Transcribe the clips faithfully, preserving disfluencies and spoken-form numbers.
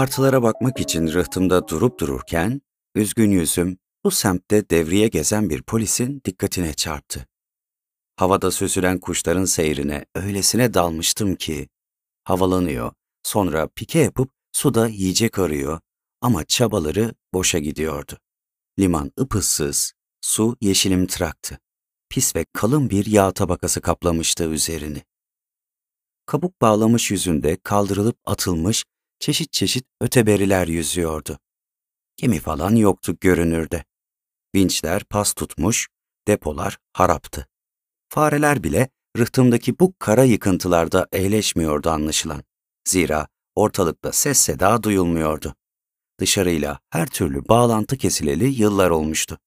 Martılara bakmak için rıhtımda durup dururken, üzgün yüzüm bu semtte devriye gezen bir polisin dikkatine çarptı. Havada süzülen kuşların seyrine öylesine dalmıştım ki, havalanıyor, sonra pike yapıp suda yiyecek arıyor ama çabaları boşa gidiyordu. Liman ıpıssız, su yeşilimtıraktı. Pis ve kalın bir yağ tabakası kaplamıştı üzerini. Kabuk bağlamış yüzünde kaldırılıp atılmış çeşit çeşit öteberiler yüzüyordu. Gemi falan yoktu görünürde. Vinçler pas tutmuş, depolar haraptı. Fareler bile rıhtımdaki bu kara yıkıntılarda eğleşmiyordu anlaşılan. Zira ortalıkta ses seda duyulmuyordu. Dışarıyla her türlü bağlantı kesileli yıllar olmuştu.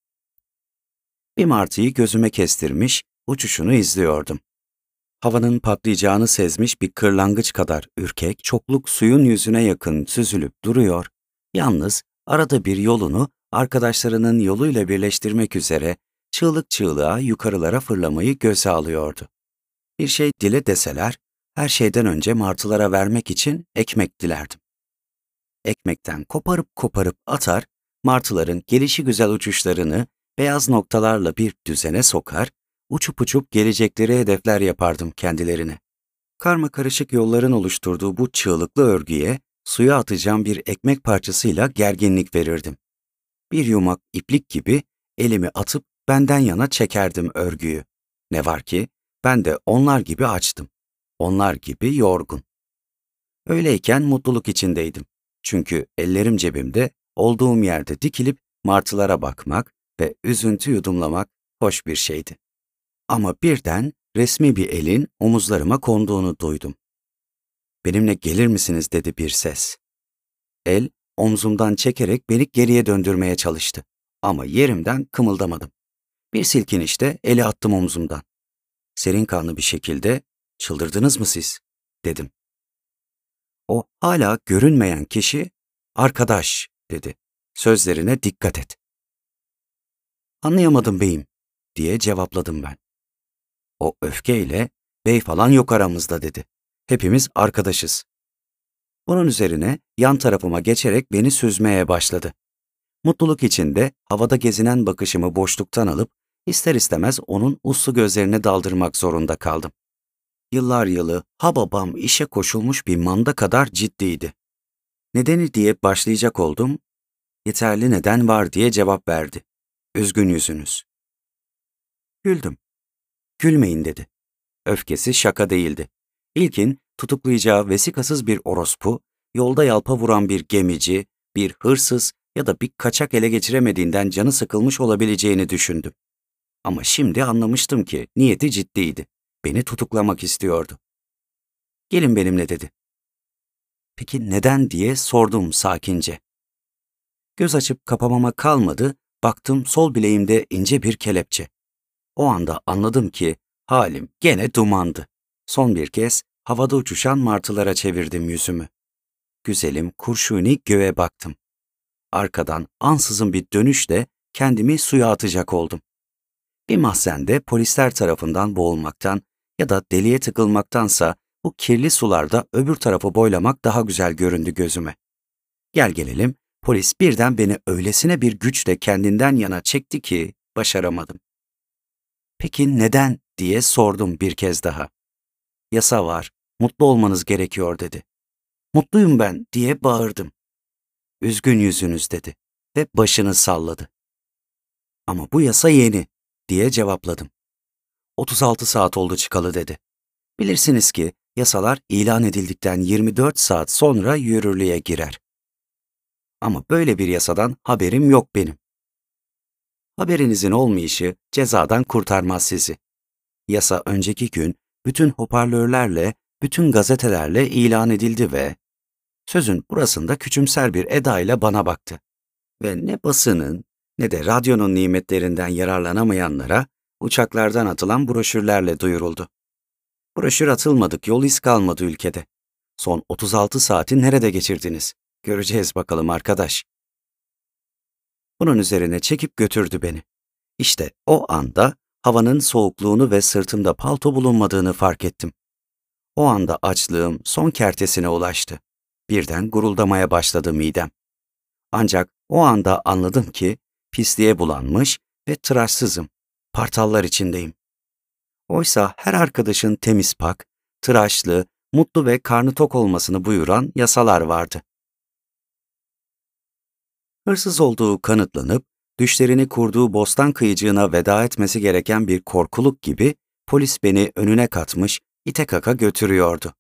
Bir martıyı gözüme kestirmiş, uçuşunu izliyordum. Havanın patlayacağını sezmiş bir kırlangıç kadar ürkek, çokluk suyun yüzüne yakın süzülüp duruyor, yalnız arada bir yolunu arkadaşlarının yoluyla birleştirmek üzere çığlık çığlığa yukarılara fırlamayı göze alıyordu. Bir şey dile deseler, her şeyden önce martılara vermek için ekmek dilerdim. Ekmekten koparıp koparıp atar, martıların gelişigüzel uçuşlarını beyaz noktalarla bir düzene sokar, uçup uçup gelecekleri hedefler yapardım kendilerine. Karmakarışık yolların oluşturduğu bu çığlıklı örgüye suya atacağım bir ekmek parçasıyla gerginlik verirdim. Bir yumak iplik gibi elimi atıp benden yana çekerdim örgüyü. Ne var ki ben de onlar gibi açtım. Onlar gibi yorgun. Öyleyken mutluluk içindeydim. Çünkü ellerim cebimde, olduğum yerde dikilip martılara bakmak ve üzüntü yudumlamak hoş bir şeydi. Ama birden resmi bir elin omuzlarıma konduğunu duydum. "Benimle gelir misiniz?" dedi bir ses. El, omzumdan çekerek beni geriye döndürmeye çalıştı. Ama yerimden kımıldamadım. Bir silkinişte eli attım omzumdan. Serin kanlı bir şekilde, "Çıldırdınız mı siz?" dedim. O hala görünmeyen kişi, "Arkadaş," dedi. "Sözlerine dikkat et." "Anlayamadım beyim," diye cevapladım ben. O öfkeyle, "Bey falan yok aramızda," dedi. "Hepimiz arkadaşız." Bunun üzerine yan tarafıma geçerek beni süzmeye başladı. Mutluluk içinde havada gezinen bakışımı boşluktan alıp ister istemez onun uslu gözlerine daldırmak zorunda kaldım. Yıllar yılı hababam işe koşulmuş bir manda kadar ciddiydi. "Nedeni?" diye başlayacak oldum. "Yeterli neden var," diye cevap verdi. "Üzgün yüzünüz." Güldüm. "Gülmeyin," dedi. Öfkesi şaka değildi. İlkin tutuklayacağı vesikasız bir orospu, yolda yalpa vuran bir gemici, bir hırsız ya da bir kaçak ele geçiremediğinden canı sıkılmış olabileceğini düşündüm. Ama şimdi anlamıştım ki niyeti ciddiydi. Beni tutuklamak istiyordu. "Gelin benimle," dedi. "Peki neden?" diye sordum sakince. Göz açıp kapamama kalmadı, baktım sol bileğimde ince bir kelepçe. O anda anladım ki halim gene dumandı. Son bir kez havada uçuşan martılara çevirdim yüzümü. Güzelim kurşuni göğe baktım. Arkadan ansızın bir dönüşle kendimi suya atacak oldum. Bir mahzende polisler tarafından boğulmaktan ya da deliğe tıkılmaktansa bu kirli sularda öbür tarafı boylamak daha güzel göründü gözüme. Gel gelelim, polis birden beni öylesine bir güçle kendinden yana çekti ki başaramadım. "Peki neden?" diye sordum bir kez daha. "Yasa var, mutlu olmanız gerekiyor," dedi. "Mutluyum ben," diye bağırdım. "Üzgün yüzünüz," dedi ve başını salladı. "Ama bu yasa yeni," diye cevapladım. otuz altı saat oldu çıkalı," dedi. "Bilirsiniz ki yasalar ilan edildikten yirmi dört saat sonra yürürlüğe girer. Ama böyle bir yasadan haberim yok benim." "Haberinizin olmayışı cezadan kurtarmaz sizi. Yasa önceki gün bütün hoparlörlerle, bütün gazetelerle ilan edildi ve..." Sözün burasında küçümser bir edayla bana baktı. "Ve ne basının ne de radyonun nimetlerinden yararlanamayanlara uçaklardan atılan broşürlerle duyuruldu. Broşür atılmadık, yol iz kalmadı ülkede. Son otuz altı saati nerede geçirdiniz? Göreceğiz bakalım arkadaş." Bunun üzerine çekip götürdü beni. İşte o anda havanın soğukluğunu ve sırtımda palto bulunmadığını fark ettim. O anda açlığım son kertesine ulaştı. Birden guruldamaya başladı midem. Ancak o anda anladım ki pisliğe bulanmış ve tıraşsızım, partallar içindeyim. Oysa her arkadaşın temiz pak, tıraşlı, mutlu ve karnı tok olmasını buyuran yasalar vardı. Hırsız olduğu kanıtlanıp, düşlerini kurduğu bostan kıyıcığına veda etmesi gereken bir korkuluk gibi polis beni önüne katmış, ite kaka götürüyordu.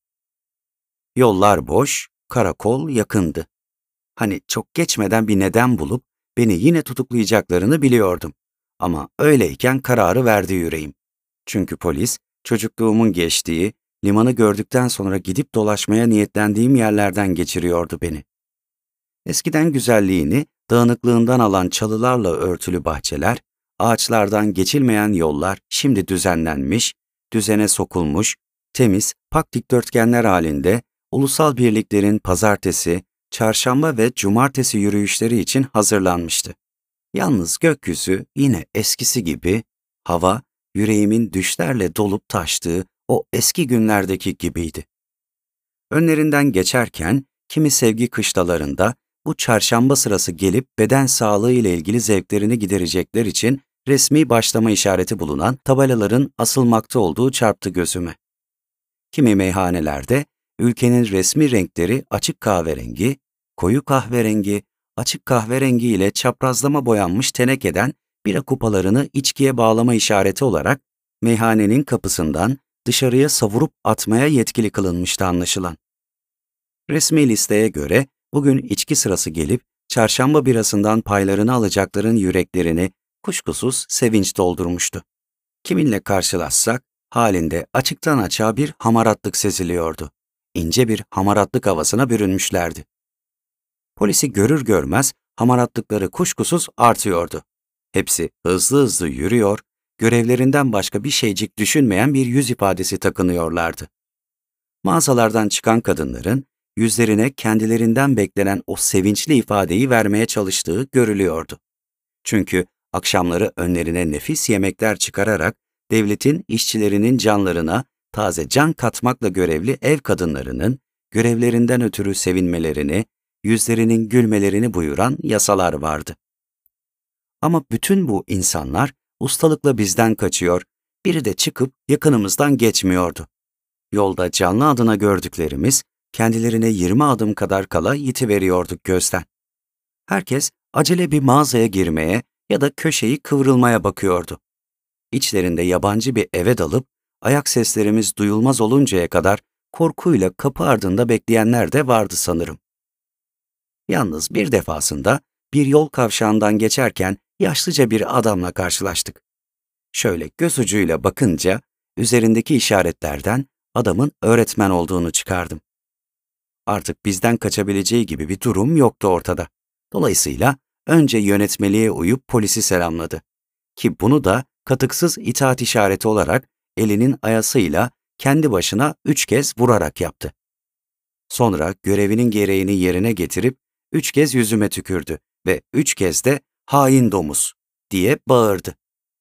Yollar boş, karakol yakındı. Hani çok geçmeden bir neden bulup beni yine tutuklayacaklarını biliyordum. Ama öyleyken kararı verdi yüreğim. Çünkü polis, çocukluğumun geçtiği, limanı gördükten sonra gidip dolaşmaya niyetlendiğim yerlerden geçiriyordu beni. Eskiden güzelliğini, dağınıklığından alan çalılarla örtülü bahçeler, ağaçlardan geçilmeyen yollar şimdi düzenlenmiş, düzene sokulmuş, temiz, pak dikdörtgenler halinde ulusal birliklerin pazartesi, çarşamba ve cumartesi yürüyüşleri için hazırlanmıştı. Yalnız gökyüzü yine eskisi gibi, hava yüreğimin düşlerle dolup taştığı o eski günlerdeki gibiydi. Önlerinden geçerken kimi sevgi kışlalarında bu çarşamba sırası gelip beden sağlığı ile ilgili zevklerini giderecekler için resmi başlama işareti bulunan tabelaların asılmakta olduğu çarptı gözüme. Kimi meyhanelerde ülkenin resmi renkleri açık kahverengi, koyu kahverengi, açık kahverengi ile çaprazlama boyanmış tenekeden bira kupalarını içkiye bağlama işareti olarak meyhanenin kapısından dışarıya savurup atmaya yetkili kılınmıştı anlaşılan. Resmi listeye göre bugün içki sırası gelip çarşamba birasından paylarını alacakların yüreklerini kuşkusuz sevinç doldurmuştu. Kiminle karşılaşsak halinde açıktan açığa bir hamaratlık seziliyordu. İnce bir hamaratlık havasına bürünmüşlerdi. Polisi görür görmez hamaratlıkları kuşkusuz artıyordu. Hepsi hızlı hızlı yürüyor, görevlerinden başka bir şeycik düşünmeyen bir yüz ifadesi takınıyorlardı. Mağazalardan çıkan kadınların yüzlerine kendilerinden beklenen o sevinçli ifadeyi vermeye çalıştığı görülüyordu. Çünkü akşamları önlerine nefis yemekler çıkararak devletin işçilerinin canlarına taze can katmakla görevli ev kadınlarının görevlerinden ötürü sevinmelerini, yüzlerinin gülmelerini buyuran yasalar vardı. Ama bütün bu insanlar ustalıkla bizden kaçıyor, biri de çıkıp yakınımızdan geçmiyordu. Yolda canlı adına gördüklerimiz kendilerine yirmi adım kadar kala yitiveriyorduk gözden. Herkes acele bir mağazaya girmeye ya da köşeyi kıvrılmaya bakıyordu. İçlerinde yabancı bir eve dalıp ayak seslerimiz duyulmaz oluncaya kadar korkuyla kapı ardında bekleyenler de vardı sanırım. Yalnız bir defasında bir yol kavşağından geçerken yaşlıca bir adamla karşılaştık. Şöyle göz ucuyla bakınca üzerindeki işaretlerden adamın öğretmen olduğunu çıkardım. Artık bizden kaçabileceği gibi bir durum yoktu ortada. Dolayısıyla önce yönetmeliğe uyup polisi selamladı. Ki bunu da katıksız itaat işareti olarak elinin ayasıyla kendi başına üç kez vurarak yaptı. Sonra görevinin gereğini yerine getirip üç kez yüzüme tükürdü ve üç kez de hain domuz diye bağırdı.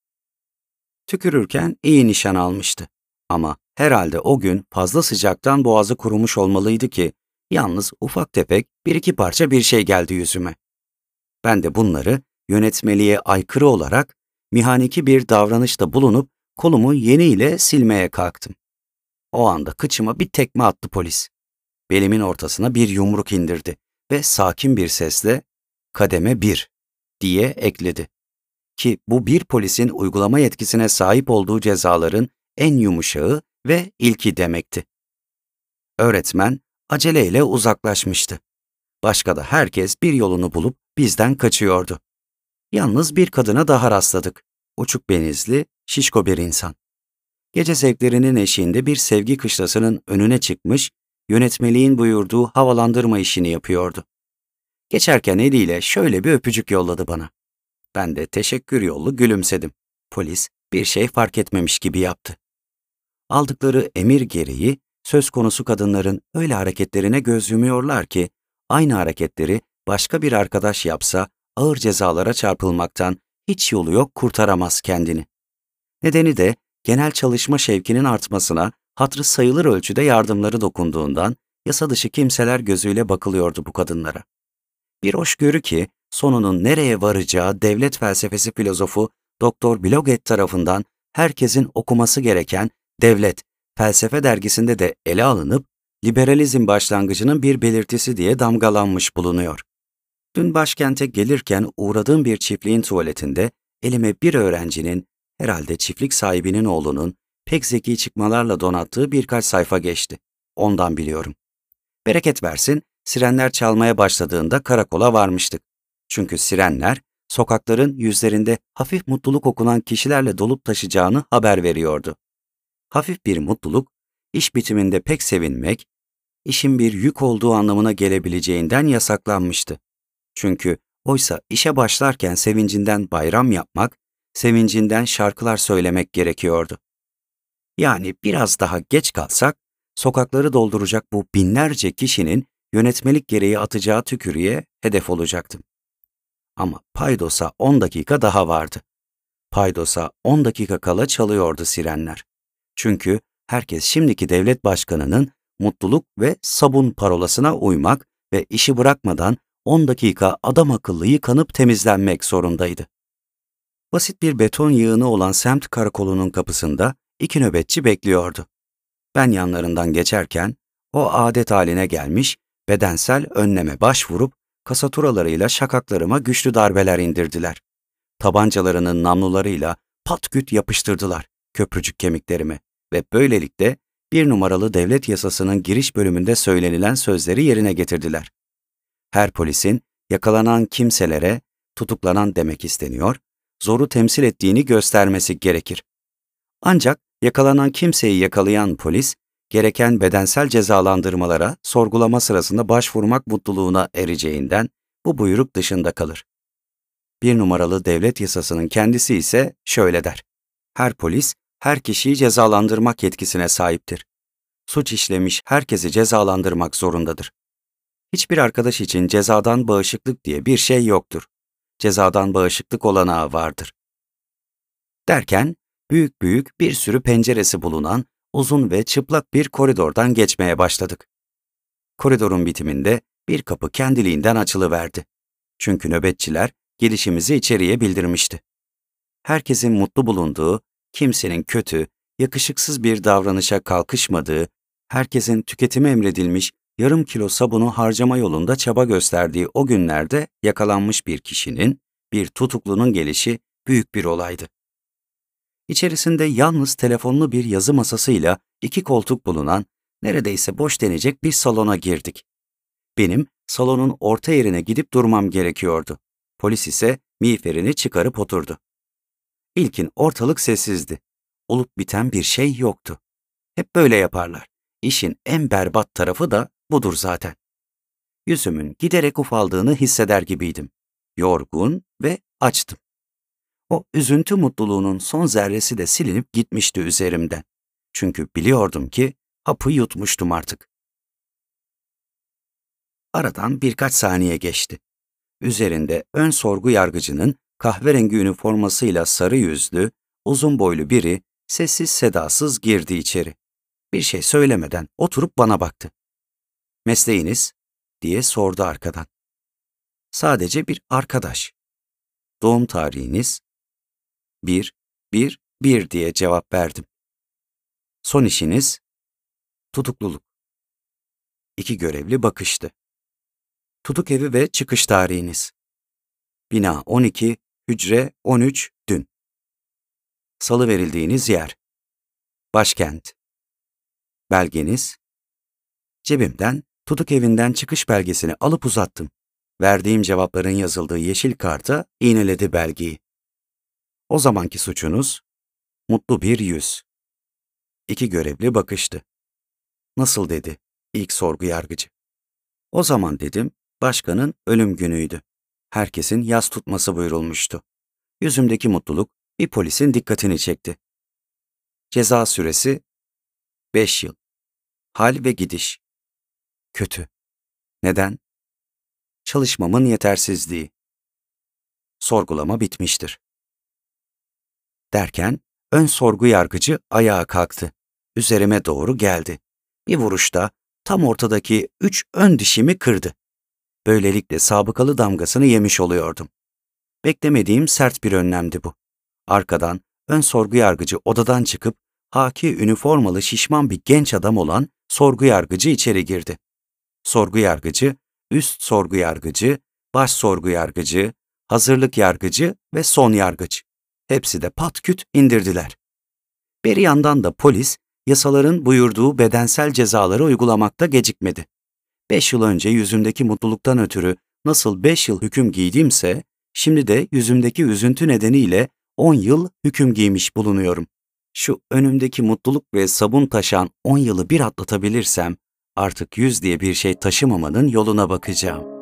Tükürürken iyi nişan almıştı. Ama herhalde o gün fazla sıcaktan boğazı kurumuş olmalıydı ki yalnız ufak tefek bir iki parça bir şey geldi yüzüme. Ben de bunları yönetmeliğe aykırı olarak mihaneki bir davranışta bulunup kolumu yeniyle silmeye kalktım. O anda kıçıma bir tekme attı polis. Belimin ortasına bir yumruk indirdi ve sakin bir sesle "Kademe bir" diye ekledi. Ki bu bir polisin uygulama yetkisine sahip olduğu cezaların en yumuşağı ve ilki demekti. Öğretmen aceleyle uzaklaşmıştı. Başka da herkes bir yolunu bulup bizden kaçıyordu. Yalnız bir kadına daha rastladık. Uçuk benizli, şişko bir insan. Gece zevklerinin eşiğinde bir sevgi kışlasının önüne çıkmış, yönetmeliğin buyurduğu havalandırma işini yapıyordu. Geçerken eliyle şöyle bir öpücük yolladı bana. Ben de teşekkür yollu gülümsedim. Polis bir şey fark etmemiş gibi yaptı. Aldıkları emir gereği söz konusu kadınların öyle hareketlerine göz yumuyorlar ki aynı hareketleri başka bir arkadaş yapsa ağır cezalara çarpılmaktan hiç yolu yok, kurtaramaz kendini. Nedeni de genel çalışma şevkinin artmasına hatırı sayılır ölçüde yardımları dokunduğundan yasa dışı kimseler gözüyle bakılıyordu bu kadınlara. Bir hoşgörü ki sonunun nereye varacağı devlet felsefesi filozofu Doktor Bloget tarafından herkesin okuması gereken Devlet, Felsefe dergisinde de ele alınıp liberalizm başlangıcının bir belirtisi diye damgalanmış bulunuyor. Dün başkente gelirken uğradığım bir çiftliğin tuvaletinde elime bir öğrencinin, herhalde çiftlik sahibinin oğlunun pek zeki çıkmalarla donattığı birkaç sayfa geçti. Ondan biliyorum. Bereket versin, sirenler çalmaya başladığında karakola varmıştık. Çünkü sirenler, sokakların yüzlerinde hafif mutluluk okunan kişilerle dolup taşacağını haber veriyordu. Hafif bir mutluluk, iş bitiminde pek sevinmek, işin bir yük olduğu anlamına gelebileceğinden yasaklanmıştı. Çünkü oysa işe başlarken sevincinden bayram yapmak, sevincinden şarkılar söylemek gerekiyordu. Yani biraz daha geç kalsak, sokakları dolduracak bu binlerce kişinin yönetmelik gereği atacağı tükürüğe hedef olacaktım. Ama paydosa on dakika daha vardı. Paydosa on dakika kala çalıyordu sirenler. Çünkü herkes şimdiki devlet başkanının mutluluk ve sabun parolasına uymak ve işi bırakmadan on dakika adam akıllı yıkanıp temizlenmek zorundaydı. Basit bir beton yığını olan semt karakolunun kapısında iki nöbetçi bekliyordu. Ben yanlarından geçerken o adet haline gelmiş, bedensel önleme başvurup kasaturalarıyla şakaklarıma güçlü darbeler indirdiler. Tabancalarının namlularıyla pat küt yapıştırdılar köprücük kemiklerime ve böylelikle bir numaralı devlet yasasının giriş bölümünde söylenilen sözleri yerine getirdiler. Her polisin yakalanan kimselere tutuklanan demek isteniyor, zoru temsil ettiğini göstermesi gerekir. Ancak yakalanan kimseyi yakalayan polis, gereken bedensel cezalandırmalara sorgulama sırasında başvurmak mutluluğuna ereceğinden bu buyruk dışında kalır. Bir numaralı devlet yasasının kendisi ise şöyle der: her polis, her kişiyi cezalandırmak yetkisine sahiptir. Suç işlemiş herkesi cezalandırmak zorundadır. Hiçbir arkadaş için cezadan bağışıklık diye bir şey yoktur. Cezadan bağışıklık olanağı vardır. Derken, büyük büyük bir sürü penceresi bulunan uzun ve çıplak bir koridordan geçmeye başladık. Koridorun bitiminde bir kapı kendiliğinden açılıverdi. Çünkü nöbetçiler gelişimizi içeriye bildirmişti. Herkesin mutlu bulunduğu, kimsenin kötü, yakışıksız bir davranışa kalkışmadığı, herkesin tüketime emredilmiş yarım kilo sabunu harcama yolunda çaba gösterdiği o günlerde yakalanmış bir kişinin, bir tutuklunun gelişi büyük bir olaydı. İçerisinde yalnız telefonlu bir yazı masasıyla iki koltuk bulunan, neredeyse boş denecek bir salona girdik. Benim salonun orta yerine gidip durmam gerekiyordu. Polis ise miğferini çıkarıp oturdu. İlkin ortalık sessizdi. Olup biten bir şey yoktu. Hep böyle yaparlar. İşin en berbat tarafı da budur zaten. Yüzümün giderek ufaldığını hisseder gibiydim. Yorgun ve açtım. O üzüntü mutluluğunun son zerresi de silinip gitmişti üzerimden. Çünkü biliyordum ki hapı yutmuştum artık. Aradan birkaç saniye geçti. Üzerinde ön sorgu yargıcının kahverengi üniformasıyla sarı yüzlü, uzun boylu biri sessiz sedasız girdi içeri. Bir şey söylemeden oturup bana baktı. "Mesleğiniz?" diye sordu arkadan. "Sadece bir arkadaş." "Doğum tarihiniz?" Bir, bir, bir diye cevap verdim. "Son işiniz?" "Tutukluluk." İki görevli bakıştı. "Tutuk evi ve çıkış tarihiniz?" "Bina on iki, hücre on üç, dün." "Salıverildiğiniz yer?" "Başkent." "Belgeniz?" Cebimden tutuk evinden çıkış belgesini alıp uzattım. Verdiğim cevapların yazıldığı yeşil karta iğneledi belgeyi. "O zamanki suçunuz?" "Mutlu bir yüz." İki görevli bakıştı. "Nasıl?" dedi ilk sorgu yargıcı. "O zaman," dedim, "başkanın ölüm günüydü. Herkesin yas tutması buyurulmuştu." Yüzümdeki mutluluk bir polisin dikkatini çekti. "Ceza süresi beş yıl. Hal ve gidiş." "Kötü." "Neden?" "Çalışmamın yetersizliği." "Sorgulama bitmiştir." Derken ön sorgu yargıcı ayağa kalktı. Üzerime doğru geldi. Bir vuruşta tam ortadaki üç ön dişimi kırdı. Böylelikle sabıkalı damgasını yemiş oluyordum. Beklemediğim sert bir önlemdi bu. Arkadan ön sorgu yargıcı odadan çıkıp haki üniformalı şişman bir genç adam olan sorgu yargıcı içeri girdi. Sorgu yargıcı, üst sorgu yargıcı, baş sorgu yargıcı, hazırlık yargıcı ve son yargıç. Hepsi de patküt indirdiler. Bir yandan da polis, yasaların buyurduğu bedensel cezaları uygulamakta gecikmedi. Beş yıl önce yüzümdeki mutluluktan ötürü nasıl beş yıl hüküm giydimse, şimdi de yüzümdeki üzüntü nedeniyle on yıl hüküm giymiş bulunuyorum. Şu önümdeki mutluluk ve sabun taşan on yılı bir atlatabilirsem, artık yüz diye bir şey taşımamanın yoluna bakacağım.